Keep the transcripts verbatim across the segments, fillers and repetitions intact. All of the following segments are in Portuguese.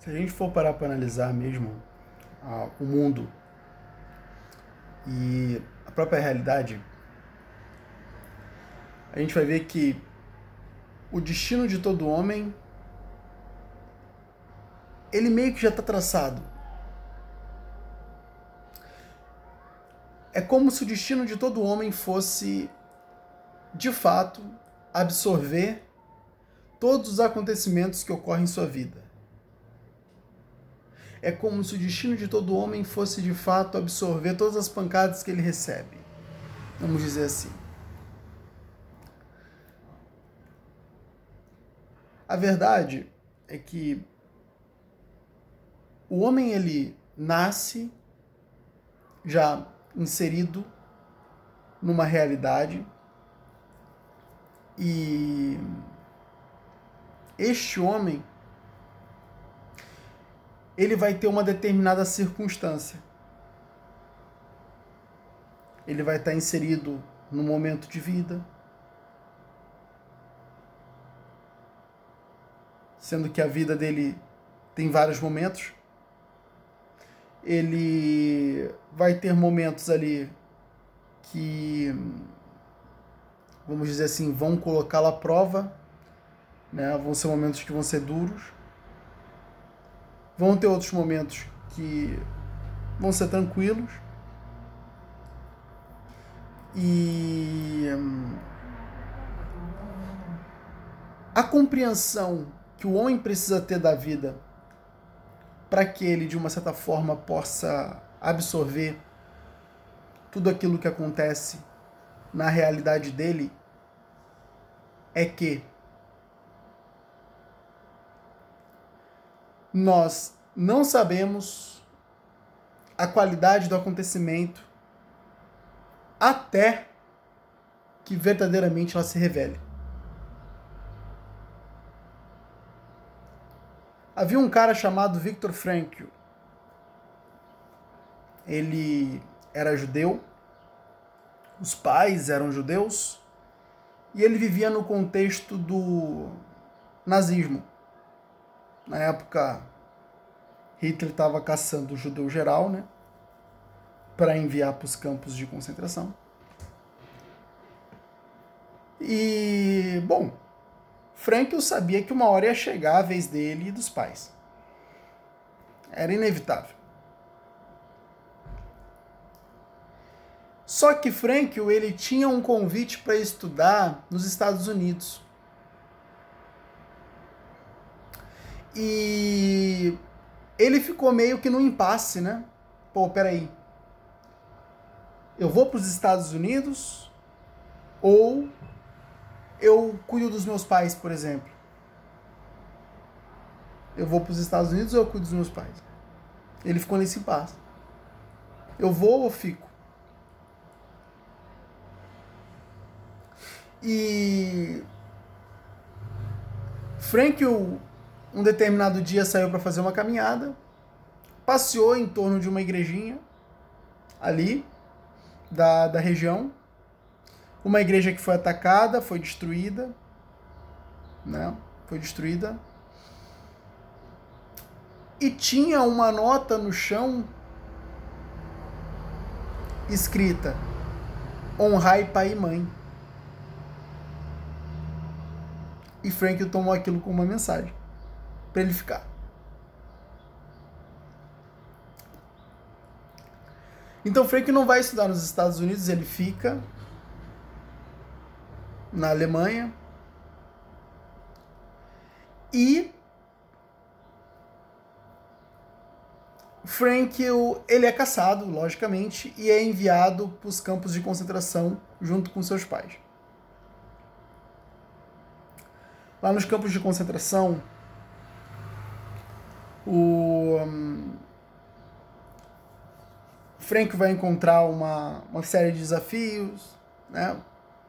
Se a gente for parar para analisar mesmo ah, o mundo e a própria realidade, a gente vai ver que o destino de todo homem, ele meio que já está traçado. É como se o destino de todo homem fosse, de fato, absorver todos os acontecimentos que ocorrem em sua vida. É como se o destino de todo homem fosse, de fato, absorver todas as pancadas que ele recebe. Vamos dizer assim. A verdade é que o homem, ele nasce já inserido numa realidade e este homem, ele vai ter uma determinada circunstância. Ele vai estar inserido num momento de vida, sendo que a vida dele tem vários momentos. Ele vai ter momentos ali que, vamos dizer assim, vão colocá-lo à prova, né? Vão ser momentos que vão ser duros. Vão ter outros momentos que vão ser tranquilos. E a compreensão que o homem precisa ter da vida para que ele, de uma certa forma, possa absorver tudo aquilo que acontece na realidade dele, é que nós não sabemos a qualidade do acontecimento até que verdadeiramente ela se revele. Havia um cara chamado Viktor Frankl. Ele era judeu, os pais eram judeus, e ele vivia no contexto do nazismo. Na época, Hitler estava caçando o judeu geral, né, para enviar para os campos de concentração. E, bom, Frankl sabia que uma hora ia chegar a vez dele e dos pais. Era inevitável. Só que Frankl, ele tinha um convite para estudar nos Estados Unidos. E ele ficou meio que no impasse, né? Pô, peraí. Eu vou para os Estados Unidos ou eu cuido dos meus pais, por exemplo? Eu vou para os Estados Unidos ou eu cuido dos meus pais? Ele ficou nesse impasse. Eu vou ou fico? E Frankl, um determinado dia, saiu para fazer uma caminhada, passeou em torno de uma igrejinha ali da, da região, uma igreja que foi atacada, foi destruída, né? Foi destruída. E tinha uma nota no chão escrita: honrai pai e mãe. E Frankl tomou aquilo como uma mensagem para ele ficar. Então Frankl não vai estudar nos Estados Unidos, ele fica na Alemanha. E Frankl, ele é caçado, logicamente, e é enviado para os campos de concentração junto com seus pais. Lá nos campos de concentração, o um, Frankl vai encontrar uma, uma série de desafios, né?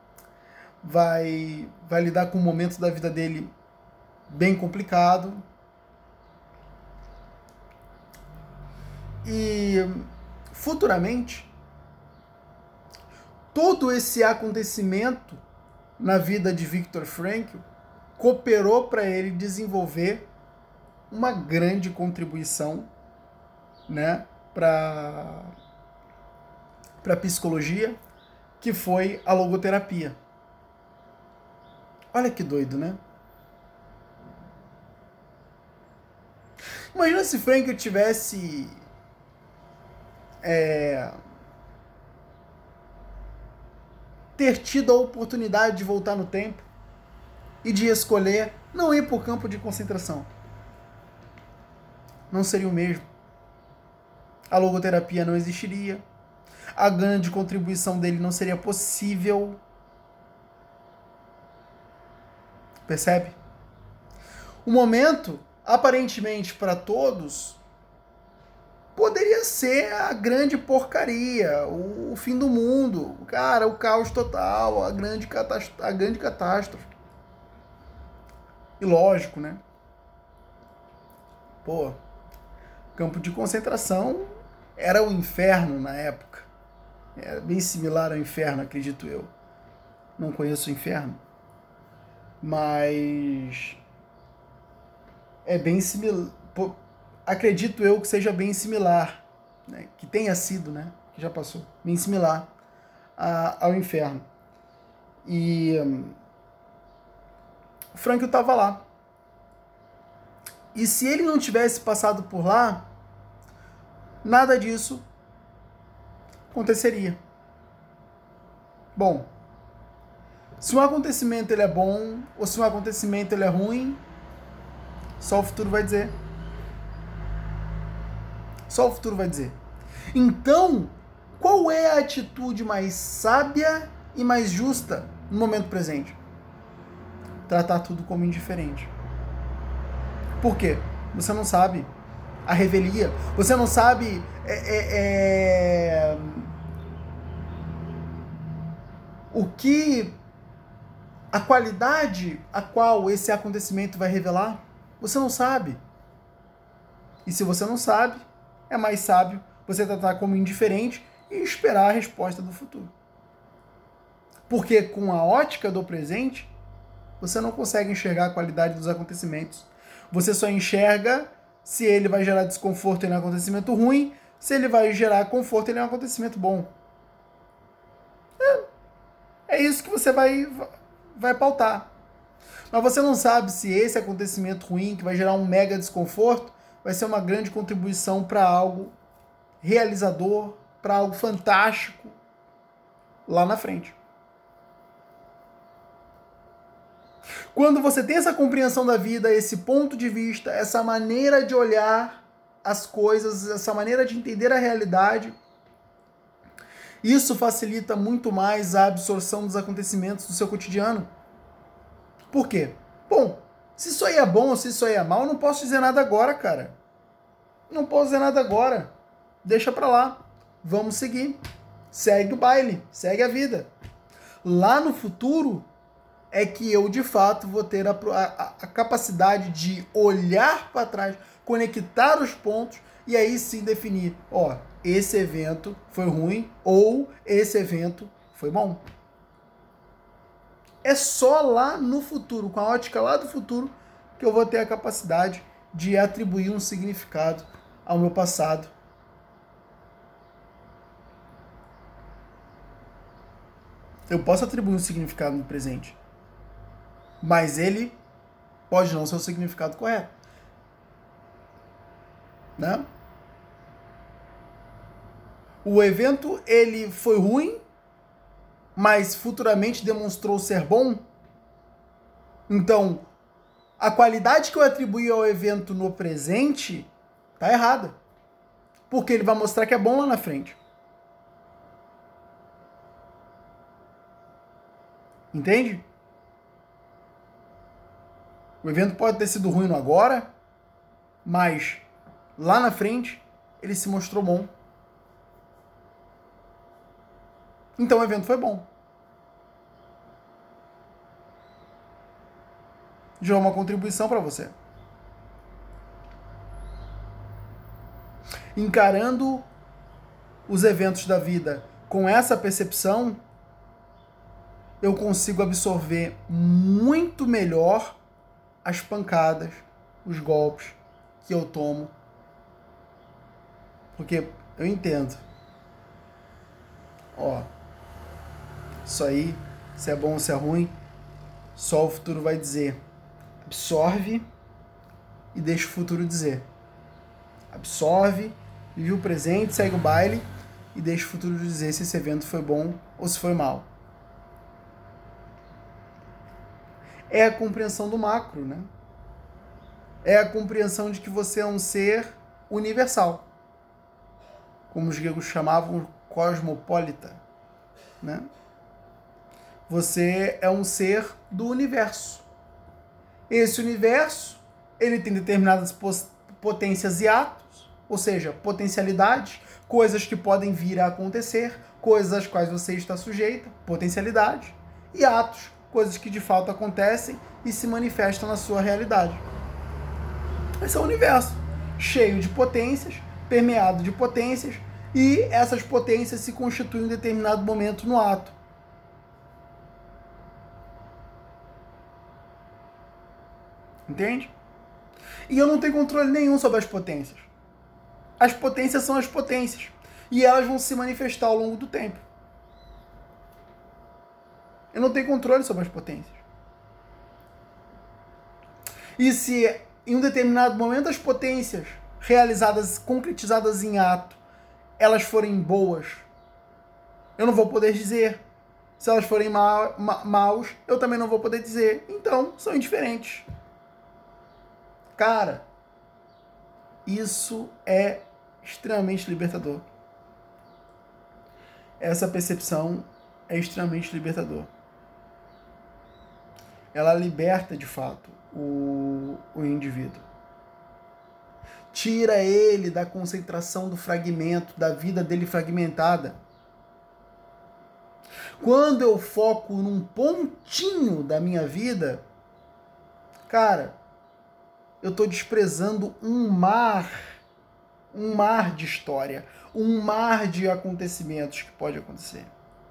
Vai, vai lidar com momentos da vida dele bem complicado. E futuramente, todo esse acontecimento na vida de Viktor Frankl cooperou para ele desenvolver uma grande contribuição, né, para para psicologia, que foi a logoterapia. Olha que doido, né? Imagina se Frankl tivesse é, ter tido a oportunidade de voltar no tempo e de escolher não ir para o campo de concentração. Não seria o mesmo. A logoterapia não existiria. A grande contribuição dele não seria possível. Percebe? O momento, aparentemente para todos, poderia ser a grande porcaria, o, o fim do mundo, cara, o caos total, a grande, catástrofe, a grande catástrofe. E lógico, né? Pô, campo de concentração era o inferno na época. Era bem similar ao inferno, acredito eu. Não conheço o inferno. Mas é bem similar. Acredito eu que seja bem similar, né? Que tenha sido, né? Que já passou. Bem similar a, ao inferno. E um, o Frankl estava lá. E se ele não tivesse passado por lá, nada disso aconteceria. Bom, se um acontecimento ele é bom ou se um acontecimento ele é ruim, só o futuro vai dizer. Só o futuro vai dizer. Então, qual é a atitude mais sábia e mais justa no momento presente? Tratar tudo como indiferente. Por quê? Você não sabe a revelia. Você não sabe é, é, é, o que a qualidade a qual esse acontecimento vai revelar. Você não sabe. E se você não sabe, é mais sábio você tratar como indiferente e esperar a resposta do futuro. Porque com a ótica do presente, você não consegue enxergar a qualidade dos acontecimentos. Você só enxerga se ele vai gerar desconforto em um acontecimento ruim, se ele vai gerar conforto em um acontecimento bom. É, é isso que você vai, vai pautar. Mas você não sabe se esse acontecimento ruim, que vai gerar um mega desconforto, vai ser uma grande contribuição para algo realizador, para algo fantástico lá na frente. Quando você tem essa compreensão da vida, esse ponto de vista, essa maneira de olhar as coisas, essa maneira de entender a realidade, isso facilita muito mais a absorção dos acontecimentos do seu cotidiano. Por quê? Bom, se isso aí é bom ou se isso aí é mal, eu não posso dizer nada agora, cara. Não posso dizer nada agora. Deixa pra lá. Vamos seguir. Segue o baile. Segue a vida. Lá no futuro é que eu, de fato, vou ter a, a, a capacidade de olhar para trás, conectar os pontos e aí sim definir, ó, esse evento foi ruim ou esse evento foi bom. É só lá no futuro, com a ótica lá do futuro, que eu vou ter a capacidade de atribuir um significado ao meu passado. Eu posso atribuir um significado no presente, mas ele pode não ser o significado correto. Né? O evento ele foi ruim, mas futuramente demonstrou ser bom. Então, a qualidade que eu atribuí ao evento no presente tá errada. Porque ele vai mostrar que é bom lá na frente. Entende? O evento pode ter sido ruim no agora, mas lá na frente ele se mostrou bom. Então o evento foi bom. Já é uma contribuição para você. Encarando os eventos da vida com essa percepção, eu consigo absorver muito melhor as pancadas, os golpes, que eu tomo. Porque eu entendo. Ó, isso aí, se é bom ou se é ruim, só o futuro vai dizer. Absorve e deixa o futuro dizer. Absorve, vive o presente, segue o baile e deixa o futuro dizer se esse evento foi bom ou se foi mal. É a compreensão do macro, né? É a compreensão de que você é um ser universal. Como os gregos chamavam, cosmopolita, né? Você é um ser do universo. Esse universo, ele tem determinadas potências e atos, ou seja, potencialidades, coisas que podem vir a acontecer, coisas às quais você está sujeita, potencialidade, e atos, coisas que de fato acontecem e se manifestam na sua realidade. Esse é o universo, cheio de potências, permeado de potências, e essas potências se constituem em determinado momento no ato. Entende? E eu não tenho controle nenhum sobre as potências. As potências são as potências. E elas vão se manifestar ao longo do tempo. Eu não tenho controle sobre as potências. E se em um determinado momento as potências realizadas, concretizadas em ato, elas forem boas, eu não vou poder dizer. Se elas forem ma ma maus, eu também não vou poder dizer. Então, são indiferentes. Cara, isso é extremamente libertador. Essa percepção é extremamente libertador. Ela liberta, de fato, o, o indivíduo. Tira ele da concentração do fragmento, da vida dele fragmentada. Quando eu foco num pontinho da minha vida, cara, eu estou desprezando um mar, um mar de história, um mar de acontecimentos que pode acontecer.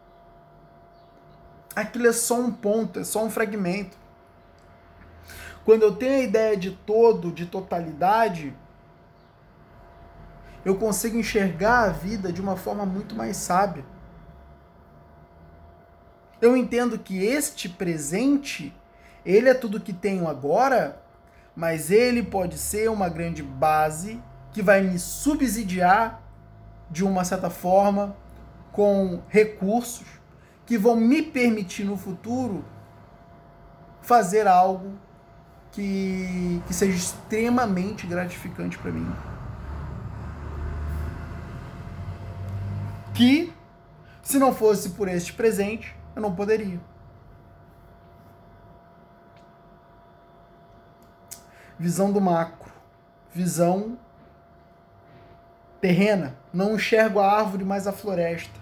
Aquilo é só um ponto, é só um fragmento. Quando eu tenho a ideia de todo, de totalidade, eu consigo enxergar a vida de uma forma muito mais sábia. Eu entendo que este presente, ele é tudo que tenho agora, mas ele pode ser uma grande base que vai me subsidiar de uma certa forma com recursos que vão me permitir no futuro fazer algo que, que seja extremamente gratificante para mim. Que, se não fosse por este presente, eu não poderia. Visão do macro. Visão terrena. Não enxergo a árvore, mas a floresta.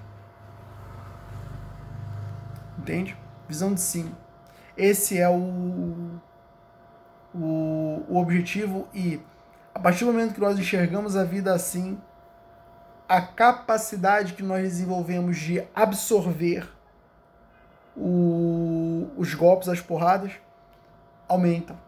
Entende? Visão de cima. Esse é o, o, o objetivo, e a partir do momento que nós enxergamos a vida assim, a capacidade que nós desenvolvemos de absorver o, os golpes, as porradas, aumenta.